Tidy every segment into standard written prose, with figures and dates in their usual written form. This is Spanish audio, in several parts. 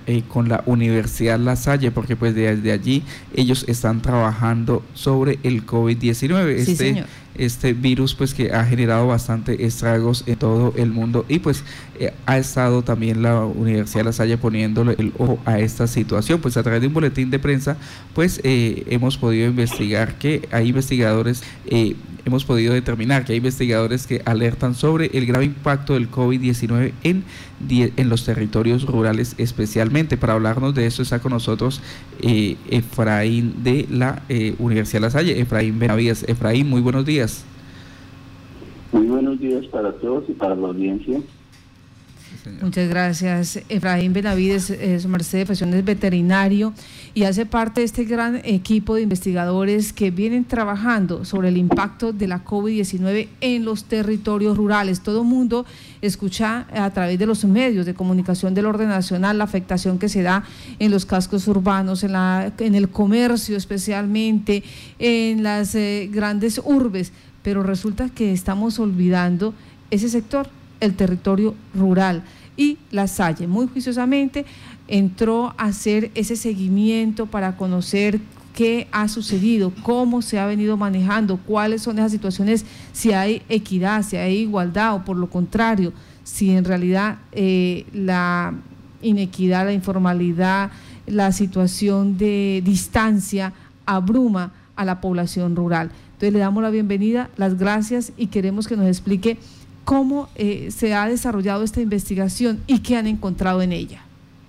con la Universidad La Salle, porque pues desde allí ellos están trabajando sobre el COVID-19, sí, señor. Este virus pues que ha generado bastante estragos en todo el mundo, y pues ha estado también la Universidad La Salle poniéndole el ojo a esta situación. Pues a través de un boletín de prensa pues hemos podido investigar que hay investigadores, hemos podido determinar que hay investigadores que alertan sobre el grave impacto del COVID-19 en los territorios rurales especialmente. Para hablarnos de eso está con nosotros Efraín de la Universidad La Salle, Efraín Benavides. Efraín, muy buenos días. Muy buenos días para todos y para la audiencia. Muchas gracias, Efraín Benavides. Su merced de profesión es veterinario y hace parte de este gran equipo de investigadores que vienen trabajando sobre el impacto de la COVID-19 en los territorios rurales. Todo el mundo escucha a través de los medios de comunicación del orden nacional la afectación que se da en los cascos urbanos, en el comercio especialmente, en las grandes urbes, pero resulta que estamos olvidando ese sector, el territorio rural. Y La Salle muy juiciosamente entró a hacer ese seguimiento para conocer qué ha sucedido, cómo se ha venido manejando, cuáles son esas situaciones, si hay equidad, si hay igualdad, o por lo contrario, si en realidad la inequidad, la informalidad, la situación de distancia abruma a la población rural. Entonces le damos la bienvenida, las gracias, y queremos que nos explique cómo se ha desarrollado esta investigación y qué han encontrado en ella.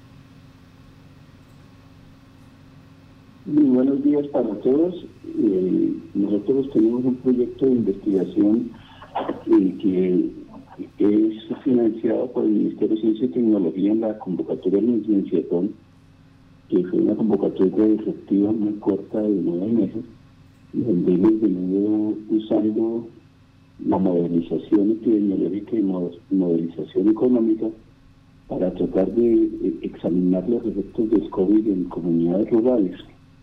Muy buenos días para todos. Nosotros tenemos un proyecto de investigación que es financiado por el Ministerio de Ciencia y Tecnología en la convocatoria de licenciatón, que fue una convocatoria efectiva muy corta de 9 meses, donde hemos venido usando la modelización epidemiológica y modelización económica para tratar de examinar los efectos del COVID en comunidades rurales.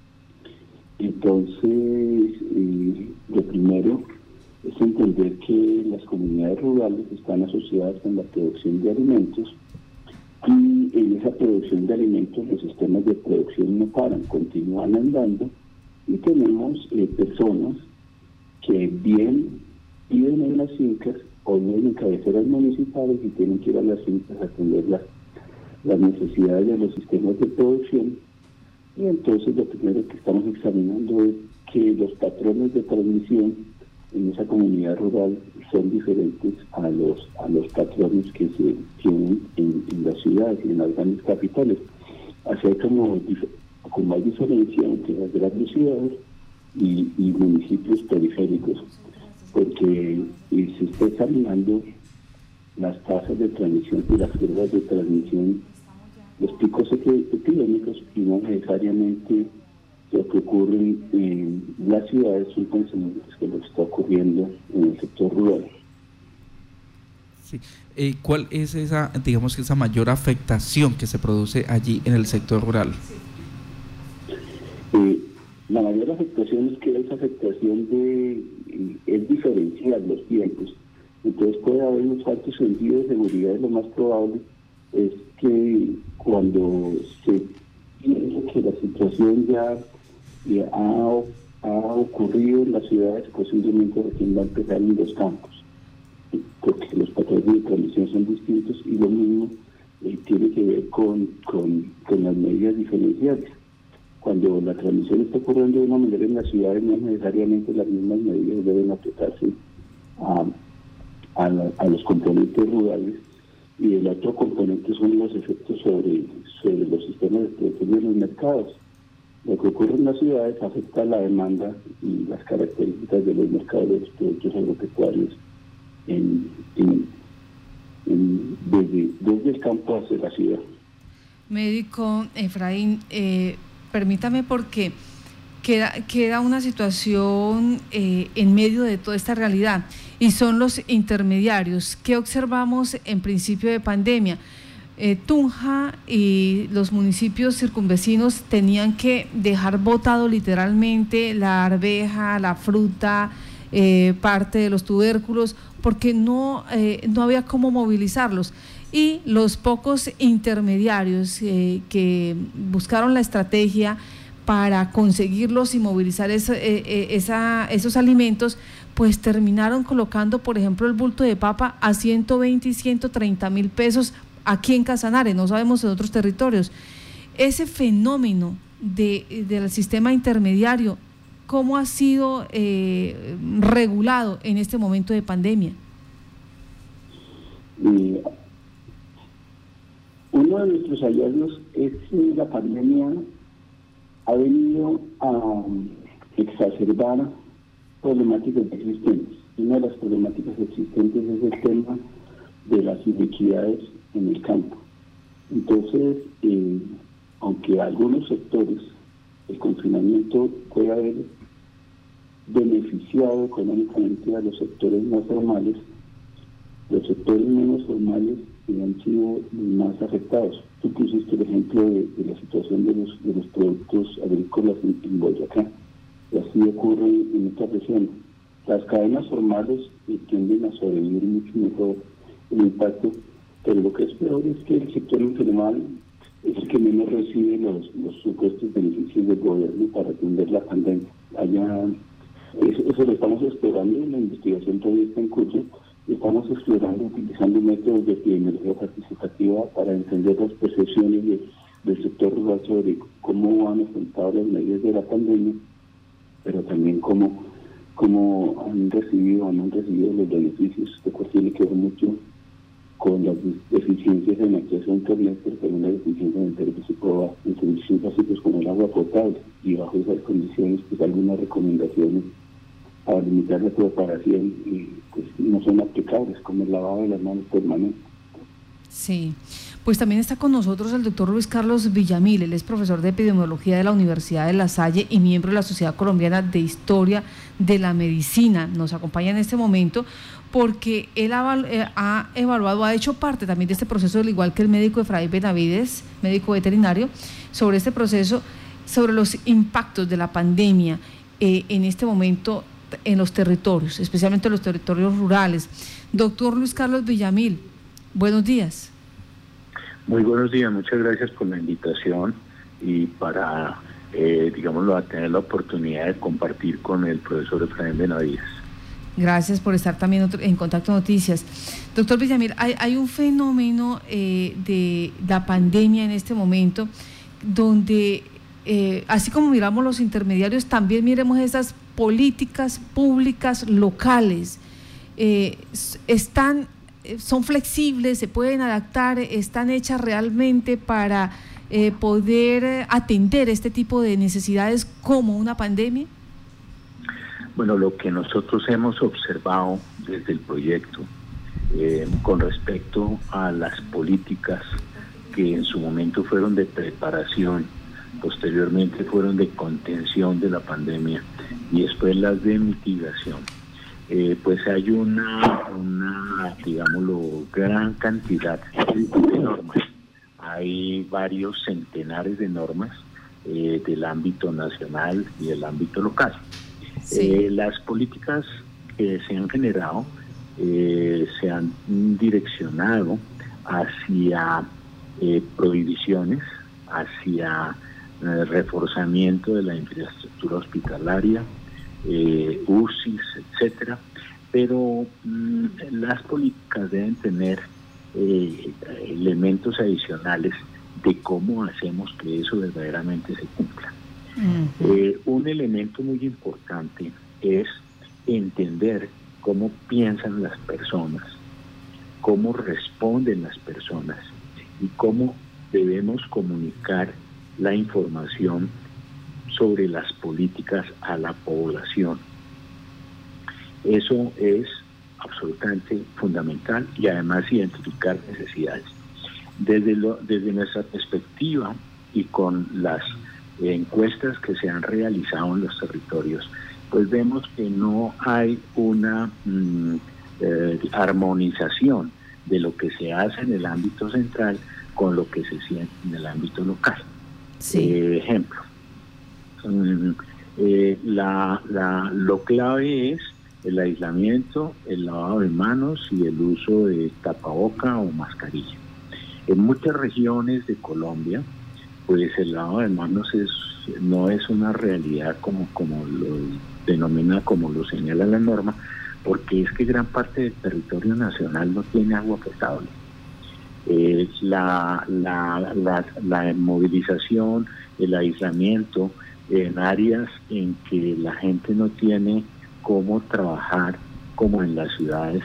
Entonces, lo primero es entender que las comunidades rurales están asociadas con la producción de alimentos, y en esa producción de alimentos los sistemas de producción no paran, continúan andando, y tenemos personas que bien viven en las fincas o viven en cabeceras municipales y tienen que ir a las fincas a atender las necesidades de los sistemas de producción. Y entonces lo primero que estamos examinando es que los patrones de transmisión en esa comunidad rural son diferentes a los patrones que se tienen en las ciudades y en las grandes capitales. Así hay como hay diferencia entre las grandes ciudades y municipios periféricos, porque se está examinando las tasas de transmisión y las curvas de transmisión, los picos epidémicos, y no necesariamente lo que ocurre en las ciudades son consonantes que lo que está ocurriendo en el sector rural. Sí. ¿Cuál es esa mayor afectación que se produce allí en el sector rural? La mayor afectación es que esa afectación es diferenciar los tiempos. Entonces puede haber un falto sentido de seguridad, y lo más probable es que cuando se piensa que la situación ya ha ocurrido en las ciudades, posiblemente recién va a empezar en los campos, porque los patrones de transmisión son distintos, y lo mismo tiene que ver con las medidas diferenciales. Cuando la transmisión está ocurriendo de una manera en las ciudades, no necesariamente las mismas medidas deben aplicarse a los componentes rurales, y el otro componente son los efectos sobre los sistemas de producción de los mercados. Lo que ocurre en las ciudades afecta la demanda y las características de los mercados de los productos agropecuarios desde el campo hacia la ciudad. Médico Efraín, permítame, porque queda una situación en medio de toda esta realidad, y son los intermediarios. ¿Qué observamos en principio de pandemia? Tunja y los municipios circunvecinos tenían que dejar botado literalmente la arveja, la fruta, parte de los tubérculos, porque no había cómo movilizarlos. y los pocos intermediarios que buscaron la estrategia para conseguirlos y movilizar esos alimentos, pues terminaron colocando, por ejemplo, el bulto de papa a 120 y 130 mil pesos aquí en Casanare, no sabemos en otros territorios. Ese fenómeno del sistema intermediario, ¿cómo ha sido regulado en este momento de pandemia? Uno de nuestros hallazgos es que la pandemia ha venido a exacerbar problemáticas existentes. Una de las problemáticas existentes es el tema de las inequidades en el campo. Entonces, aunque a algunos sectores el confinamiento puede haber beneficiado económicamente a los sectores más formales, los sectores menos formales han sido los más afectados. Tú pusiste el ejemplo de la situación de los productos agrícolas en Boyacá, y así ocurre en otras regiones. Las cadenas formales tienden a sobrevivir mucho mejor el impacto, pero lo que es peor es que el sector informal es el que menos recibe los supuestos beneficios del gobierno para atender la pandemia. Eso lo estamos explorando, la investigación todavía está en curso. Estamos explorando, utilizando métodos de epidemiología participativa para entender las percepciones del sector rural sobre cómo han afrontado las medidas de la pandemia, pero también cómo han recibido o no han recibido los beneficios. Esto tiene que ver mucho con las deficiencias en acceso a Internet, pero también la deficiencia en servicios básicos como el agua potable. Y bajo esas condiciones, pues algunas recomendaciones para limitar la propagación pues no son aplicables, como el lavado de las manos permanente. Sí, pues también está con nosotros el doctor Luis Carlos Villamil. Él es profesor de epidemiología de la Universidad de La Salle y miembro de la Sociedad Colombiana de Historia de la Medicina. Nos acompaña en este momento porque él ha evaluado, ha hecho parte también de este proceso, al igual que el médico Efraín Benavides, médico veterinario, sobre este proceso, sobre los impactos de la pandemia en este momento en los territorios, especialmente en los territorios rurales. Doctor Luis Carlos Villamil, buenos días. Muy buenos días, muchas gracias por la invitación y para, digámoslo, tener la oportunidad de compartir con el profesor Efraín Benavides. Gracias por estar también en Contacto Noticias. Doctor Villamil, hay un fenómeno de la pandemia en este momento donde, así como miramos los intermediarios, también miremos esas políticas públicas locales. Son flexibles, se pueden adaptar, están hechas realmente para poder atender este tipo de necesidades como una pandemia. Bueno, lo que nosotros hemos observado desde el proyecto con respecto a las políticas que en su momento fueron de preparación, posteriormente fueron de contención de la pandemia y después las de mitigación, pues hay una digámoslo, gran cantidad de normas. Hay varios centenares de normas del ámbito nacional y del ámbito local. Sí. Las políticas que se han generado se han direccionado hacia prohibiciones, hacia reforzamiento de la infraestructura hospitalaria, UCIs, etcétera, pero las políticas deben tener elementos adicionales de cómo hacemos que eso verdaderamente se cumpla. Un elemento muy importante es entender cómo piensan las personas, cómo responden las personas y cómo debemos comunicar la información sobre las políticas a la población. Eso es absolutamente fundamental y además identificar necesidades. Desde nuestra perspectiva y con las encuestas que se han realizado en los territorios, pues vemos que no hay una armonización de lo que se hace en el ámbito central con lo que se siente en el ámbito local. Sí. Ejemplo, lo clave es el aislamiento, el lavado de manos y el uso de tapaboca o mascarilla. En muchas regiones de Colombia, pues el lavado de manos no es una realidad como lo denomina, como lo señala la norma, porque es que gran parte del territorio nacional no tiene agua potable. La movilización, el aislamiento en áreas en que la gente no tiene cómo trabajar, como en las ciudades,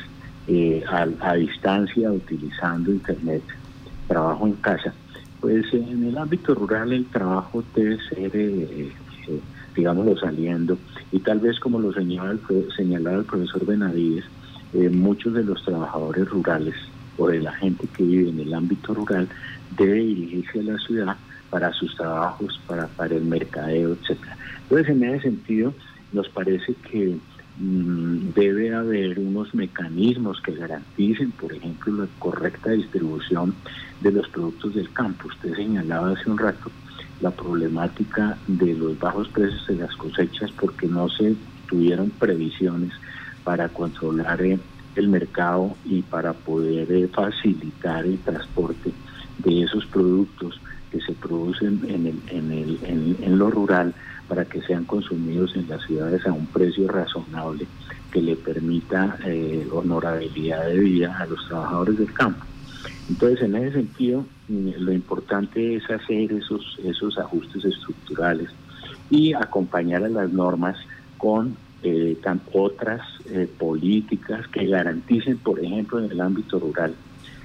a distancia, utilizando internet, trabajo en casa. Pues en el ámbito rural el trabajo debe ser, digámoslo, saliendo, y tal vez como lo señalaba el profesor Benavides, muchos de los trabajadores rurales o de la gente que vive en el ámbito rural debe dirigirse a la ciudad para sus trabajos, para el mercadeo, etcétera. Entonces, en ese sentido, nos parece que debe haber unos mecanismos que garanticen, por ejemplo, la correcta distribución de los productos del campo. Usted señalaba hace un rato la problemática de los bajos precios de las cosechas porque no se tuvieron previsiones para controlar el mercado y para poder facilitar el transporte de esos productos que se producen en lo rural para que sean consumidos en las ciudades a un precio razonable que le permita honorabilidad de vida a los trabajadores del campo. Entonces, en ese sentido, lo importante es hacer esos ajustes estructurales y acompañar a las normas con otras políticas que garanticen, por ejemplo, en el ámbito rural,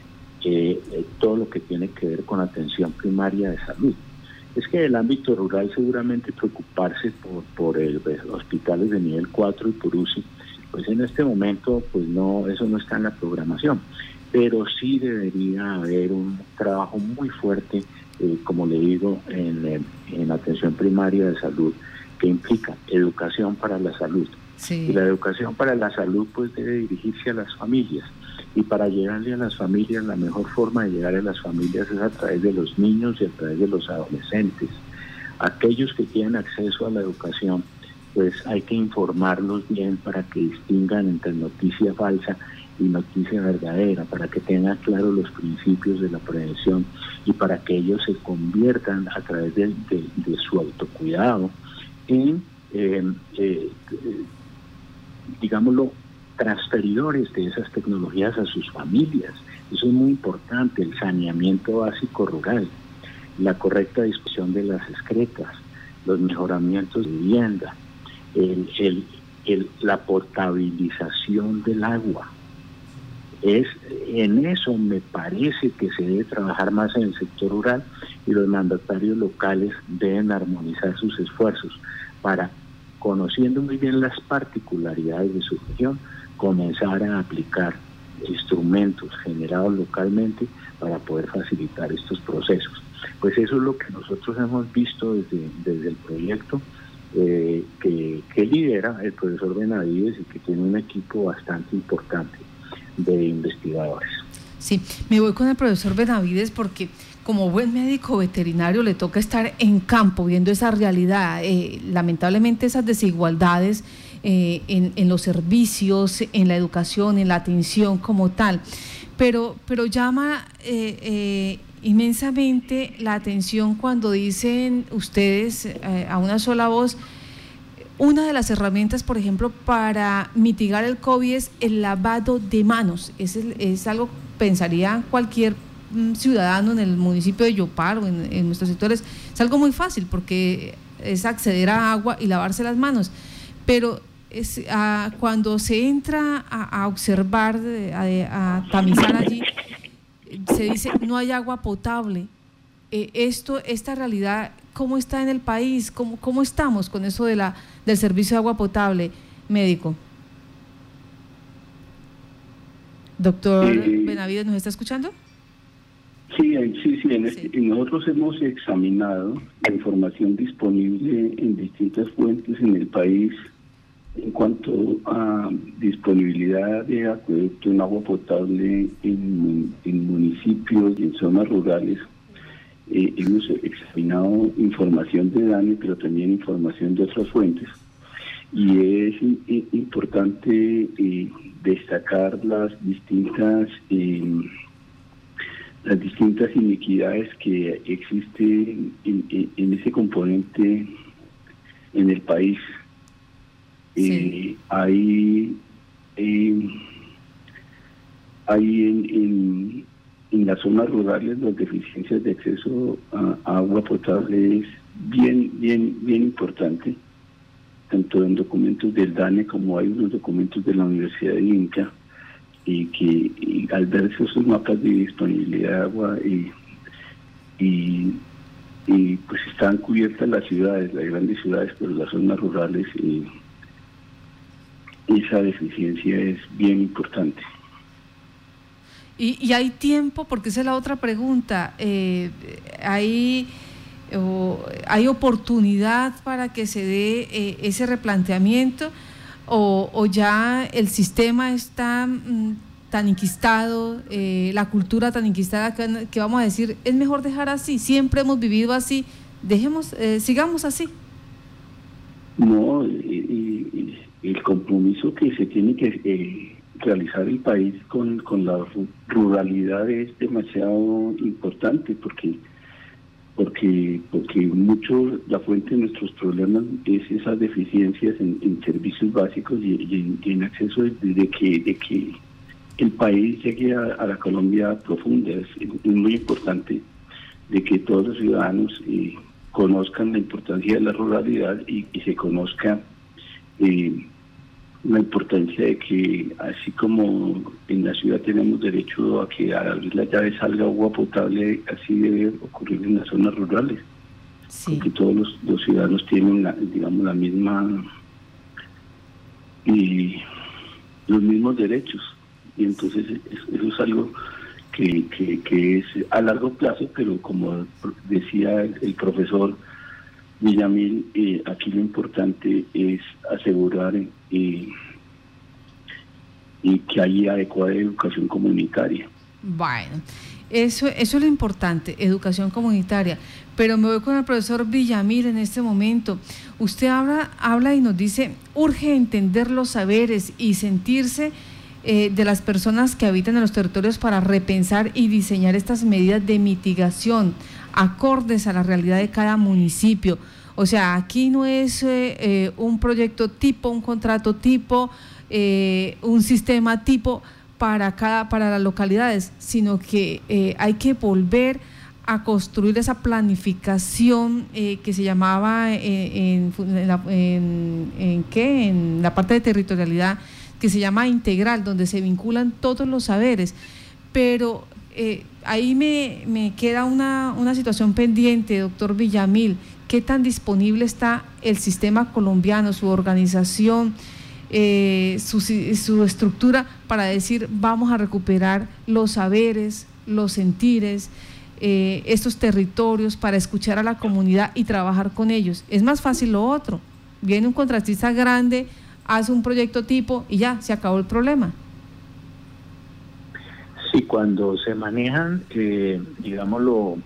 todo lo que tiene que ver con atención primaria de salud. Es que en el ámbito rural seguramente preocuparse por hospitales de nivel 4 y por UCI, pues en este momento pues no, eso no está en la programación, pero sí debería haber un trabajo muy fuerte, como le digo, en atención primaria de salud, que implica educación para la salud. Sí. Y la educación para la salud pues debe dirigirse a las familias, y para llegarle a las familias, la mejor forma de llegar a las familias es a través de los niños y a través de los adolescentes. Aquellos que tienen acceso a la educación, pues hay que informarlos bien para que distingan entre noticia falsa y noticia verdadera, para que tengan claros los principios de la prevención y para que ellos se conviertan a través de su autocuidado en, digámoslo, transferidores de esas tecnologías a sus familias. Eso es muy importante, el saneamiento básico rural, la correcta disposición de las excretas, los mejoramientos de vivienda, la potabilización del agua. En eso me parece que se debe trabajar más en el sector rural, y los mandatarios locales deben armonizar sus esfuerzos para, conociendo muy bien las particularidades de su región, comenzar a aplicar instrumentos generados localmente para poder facilitar estos procesos. Pues eso es lo que nosotros hemos visto desde el proyecto que lidera el profesor Benavides y que tiene un equipo bastante importante de investigadores. Sí, me voy con el profesor Benavides porque como buen médico veterinario le toca estar en campo viendo esa realidad, lamentablemente esas desigualdades en los servicios, en la educación, en la atención como tal, pero llama inmensamente la atención cuando dicen ustedes a una sola voz, una de las herramientas, por ejemplo, para mitigar el COVID es el lavado de manos. Es algo, pensaría cualquier ciudadano en el municipio de Yopal o en nuestros sectores, es algo muy fácil porque es acceder a agua y lavarse las manos, pero cuando se entra a observar, a tamizar allí, se dice no hay agua potable. Esta realidad, ¿cómo está en el país? ¿Cómo estamos con eso del servicio de agua potable, médico? Doctor Benavides, ¿nos está escuchando? Sí. Nosotros hemos examinado la información disponible en distintas fuentes en el país en cuanto a disponibilidad de acueducto en agua potable en municipios y en zonas rurales. Hemos examinado información de DANE, pero también información de otras fuentes. y es importante destacar las distintas inequidades que existen en ese componente en el país. Sí. Hay en las zonas rurales las deficiencias de acceso a agua potable es bien importante, tanto en documentos del DANE como hay unos documentos de la Universidad de Inca, y que al verse esos mapas de disponibilidad de agua y pues están cubiertas las ciudades, las grandes ciudades, pero las zonas rurales esa deficiencia es bien importante. Y hay tiempo, porque esa es la otra pregunta, hay oportunidad para que se dé ese replanteamiento, o ya el sistema está tan inquistado, la cultura tan inquistada que vamos a decir, es mejor dejar así, siempre hemos vivido así, sigamos así. No, el compromiso que se tiene que realizar el país con la ruralidad es demasiado importante, porque mucho la fuente de nuestros problemas es esas deficiencias en servicios básicos y en acceso de que el país llegue a la Colombia profunda. Es muy importante de que todos los ciudadanos conozcan la importancia de la ruralidad y se conozca la importancia de que, así como en la ciudad tenemos derecho a que a abrir la llave salga agua potable, así debe ocurrir en las zonas rurales. Sí. Porque todos los ciudadanos tienen la misma los mismos derechos, y entonces eso es algo que es a largo plazo, pero como decía el profesor Villamil, aquí lo importante es asegurar y que haya adecuada educación comunitaria. Bueno, eso es lo importante, educación comunitaria. Pero me voy con el profesor Villamil en este momento. Usted habla y nos dice, urge entender los saberes y sentirse de las personas que habitan en los territorios para repensar y diseñar estas medidas de mitigación acordes a la realidad de cada municipio. O sea, aquí no es un proyecto tipo, un contrato tipo, un sistema tipo para las localidades, sino que hay que volver a construir esa planificación que se llamaba en la parte de territorialidad, que se llama integral, donde se vinculan todos los saberes. Pero ahí me queda una situación pendiente, doctor Villamil. ¿Qué tan disponible está el sistema colombiano, su organización, su estructura para decir vamos a recuperar los saberes, los sentires, estos territorios, para escuchar a la comunidad y trabajar con ellos? Es más fácil lo otro. Viene un contratista grande, hace un proyecto tipo y ya, se acabó el problema. Sí, cuando se manejan, digámoslo,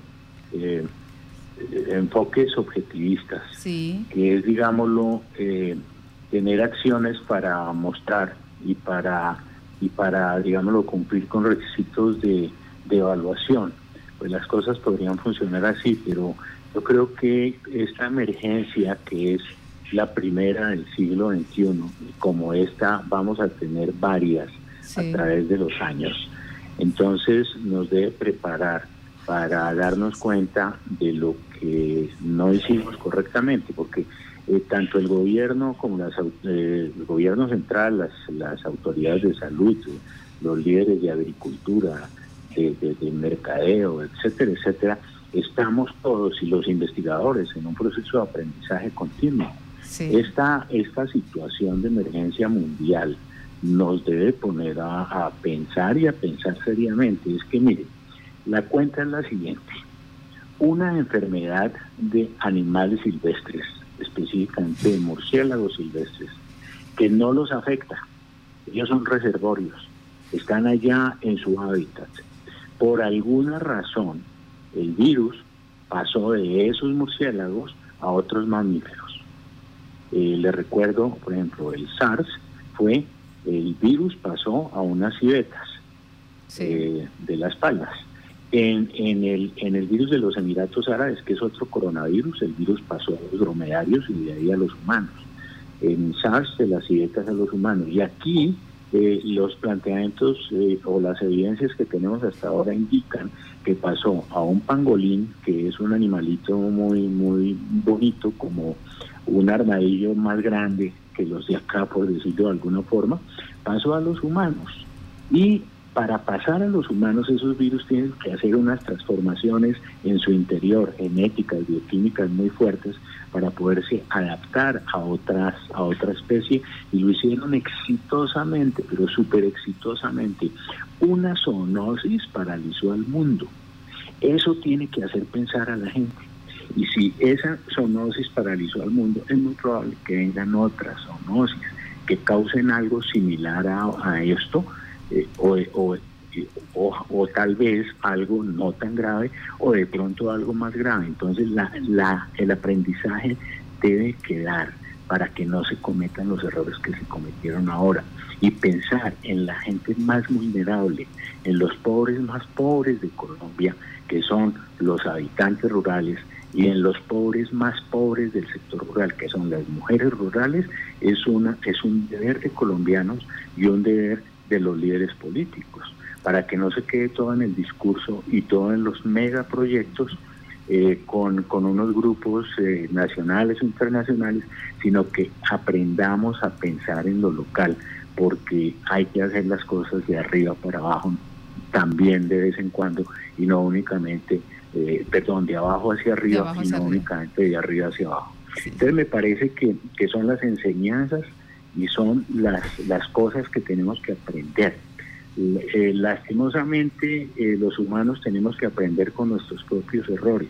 enfoques objetivistas, sí, que es, digámoslo, tener acciones para mostrar y para digámoslo, cumplir con requisitos de evaluación, pues las cosas podrían funcionar así. Pero yo creo que esta emergencia, que es la primera del siglo XXI, y como esta vamos a tener varias, sí, a través de los años, entonces nos debe preparar para darnos cuenta de lo que no hicimos correctamente, porque tanto el gobierno como el gobierno central, las autoridades de salud, los líderes de agricultura, de mercadeo, etcétera, etcétera, estamos todos, y los investigadores, en un proceso de aprendizaje continuo. Sí. Esta situación de emergencia mundial nos debe poner a pensar, y a pensar seriamente. Es que, mire, la cuenta es la siguiente: una enfermedad de animales silvestres, específicamente de murciélagos silvestres, que no los afecta, ellos son reservorios, están allá en su hábitat. Por alguna razón, el virus pasó de esos murciélagos a otros mamíferos. Les recuerdo, por ejemplo, el SARS fue, el virus pasó a unas civetas de las palmas. En el virus de los Emiratos Árabes, que es otro coronavirus, el virus pasó a los dromedarios y de ahí a los humanos. En SARS, de las civetas a los humanos. Y aquí los planteamientos o las evidencias que tenemos hasta ahora indican que pasó a un pangolín, que es un animalito muy, muy bonito, como un armadillo más grande que los de acá, por decirlo de alguna forma, pasó a los humanos. Y para pasar a los humanos, esos virus tienen que hacer unas transformaciones en su interior, genéticas, bioquímicas muy fuertes, para poderse adaptar a otra especie, y lo hicieron exitosamente, pero súper exitosamente. Una zoonosis paralizó al mundo. Eso tiene que hacer pensar a la gente. Y si esa zoonosis paralizó al mundo, es muy probable que vengan otras zoonosis que causen algo similar a esto, o tal vez algo no tan grave, o de pronto algo más grave. Entonces el aprendizaje debe quedar para que no se cometan los errores que se cometieron ahora, y pensar en la gente más vulnerable, en los pobres más pobres de Colombia, que son los habitantes rurales, y en los pobres más pobres del sector rural, que son las mujeres rurales. Es un deber de colombianos y un deber de los líderes políticos, para que no se quede todo en el discurso y todo en los megaproyectos con unos grupos nacionales o internacionales, sino que aprendamos a pensar en lo local, porque hay que hacer las cosas de arriba para abajo también de vez en cuando, y no únicamente, de abajo hacia arriba, y no únicamente de arriba hacia abajo. Sí. Entonces me parece que son las enseñanzas y son las cosas que tenemos que aprender. Lastimosamente, los humanos tenemos que aprender con nuestros propios errores,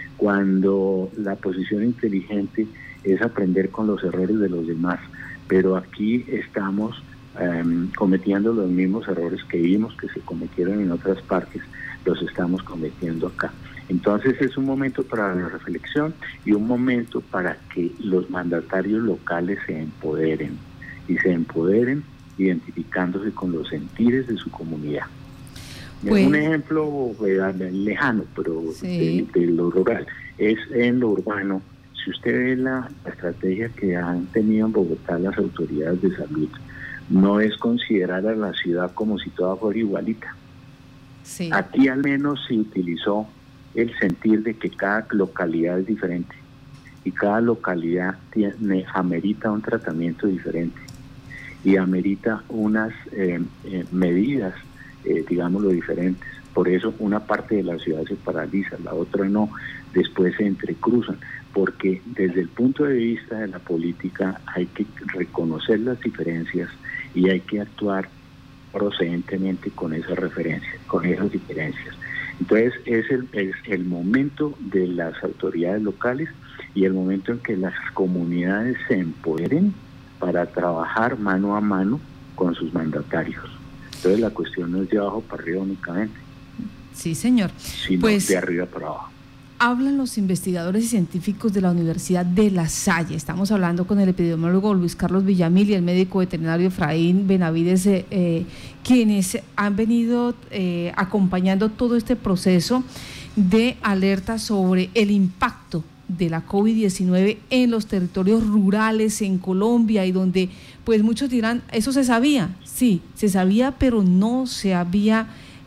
cuando la posición inteligente es aprender con los errores de los demás. Pero aquí estamos cometiendo los mismos errores que vimos que se cometieron en otras partes, los estamos cometiendo acá. Entonces es un momento para la reflexión y un momento para que los mandatarios locales se empoderen, y se empoderen identificándose con los sentires de su comunidad. Pues, un ejemplo lejano, pero sí, de lo rural, es en lo urbano. Si usted ve la estrategia que han tenido en Bogotá las autoridades de salud, no es considerar a la ciudad como si toda fuera igualita. Sí. Aquí al menos se utilizó el sentir de que cada localidad es diferente, y cada localidad amerita un tratamiento diferente, y amerita unas medidas, digámoslo, diferentes. Por eso una parte de la ciudad se paraliza, la otra no, después se entrecruzan, porque desde el punto de vista de la política hay que reconocer las diferencias y hay que actuar procedentemente con esas referencias, con esas diferencias. Entonces es el momento de las autoridades locales y el momento en que las comunidades se empoderen para trabajar mano a mano con sus mandatarios. Entonces la cuestión no es de abajo para arriba únicamente. Sí, señor. Sino pues, de arriba para abajo. Hablan los investigadores y científicos de la Universidad de La Salle. Estamos hablando con el epidemiólogo Luis Carlos Villamil y el médico veterinario Efraín Benavides, quienes han venido acompañando todo este proceso de alerta sobre el impacto de la COVID-19 en los territorios rurales en Colombia, y donde pues muchos dirán, eso se sabía, sí, se sabía, pero no se había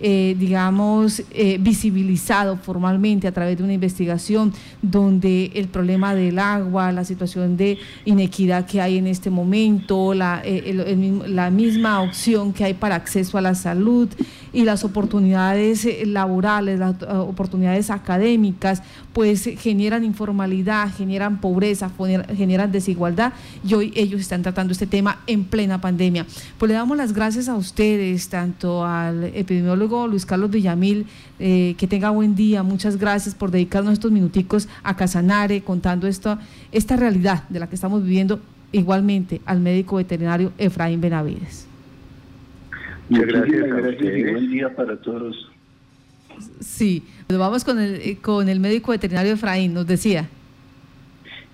visibilizado formalmente a través de una investigación, donde el problema del agua, la situación de inequidad que hay en este momento, la misma opción que hay para acceso a la salud y las oportunidades laborales, las oportunidades académicas, pues generan informalidad, generan pobreza, generan desigualdad, y hoy ellos están tratando este tema en plena pandemia. Pues le damos las gracias a ustedes, tanto al epidemiólogo Luis Carlos Villamil, que tenga buen día, muchas gracias por dedicarnos estos minuticos a Casanare, contando esta realidad de la que estamos viviendo, igualmente al médico veterinario Efraín Benavides. Muchas gracias a ustedes. Buen día para todos. Sí, nos vamos con el médico veterinario Efraín, nos decía.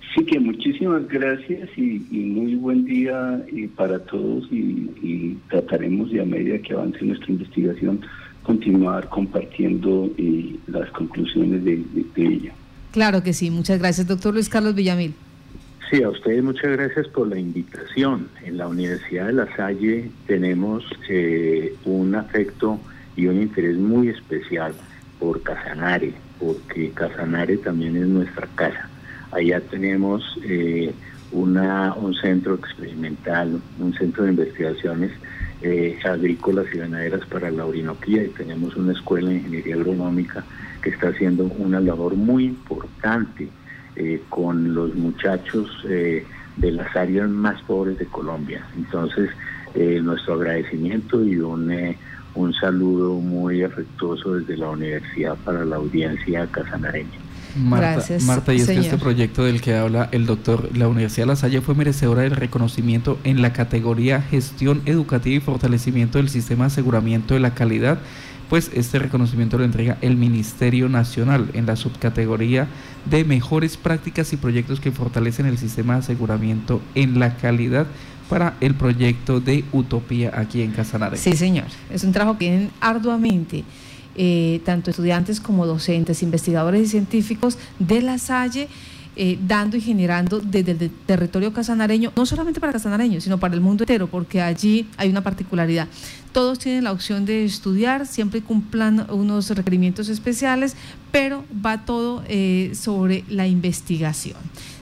Sí, que muchísimas gracias y muy buen día para todos y trataremos de a medida que avance nuestra investigación continuar compartiendo las conclusiones de ella. Claro que sí, muchas gracias, doctor Luis Carlos Villamil. Sí, a ustedes muchas gracias por la invitación. En la Universidad de La Salle tenemos un afecto y un interés muy especial por Casanare, porque Casanare también es nuestra casa. Allá tenemos un centro experimental, un centro de investigaciones agrícolas y ganaderas para la Orinoquía, y tenemos una escuela de ingeniería agronómica que está haciendo una labor muy importante con los muchachos de las áreas más pobres de Colombia. Entonces, nuestro agradecimiento y un saludo muy afectuoso desde la universidad para la audiencia casanareña. Gracias, Marta, y es señor. que este proyecto del que habla el doctor, la Universidad de La Salle fue merecedora del reconocimiento en la categoría Gestión Educativa y Fortalecimiento del Sistema de Aseguramiento de la Calidad, pues este reconocimiento lo entrega el Ministerio Nacional en la subcategoría de Mejores Prácticas y Proyectos que fortalecen el Sistema de Aseguramiento en la Calidad para el proyecto de Utopía aquí en Casanare. Sí, señor, es un trabajo que tienen arduamente tanto estudiantes como docentes, investigadores y científicos de La Salle, dando y generando desde el territorio casanareño, no solamente para casanareños, sino para el mundo entero, porque allí hay una particularidad. Todos tienen la opción de estudiar, siempre cumplan unos requerimientos especiales, pero va todo sobre la investigación.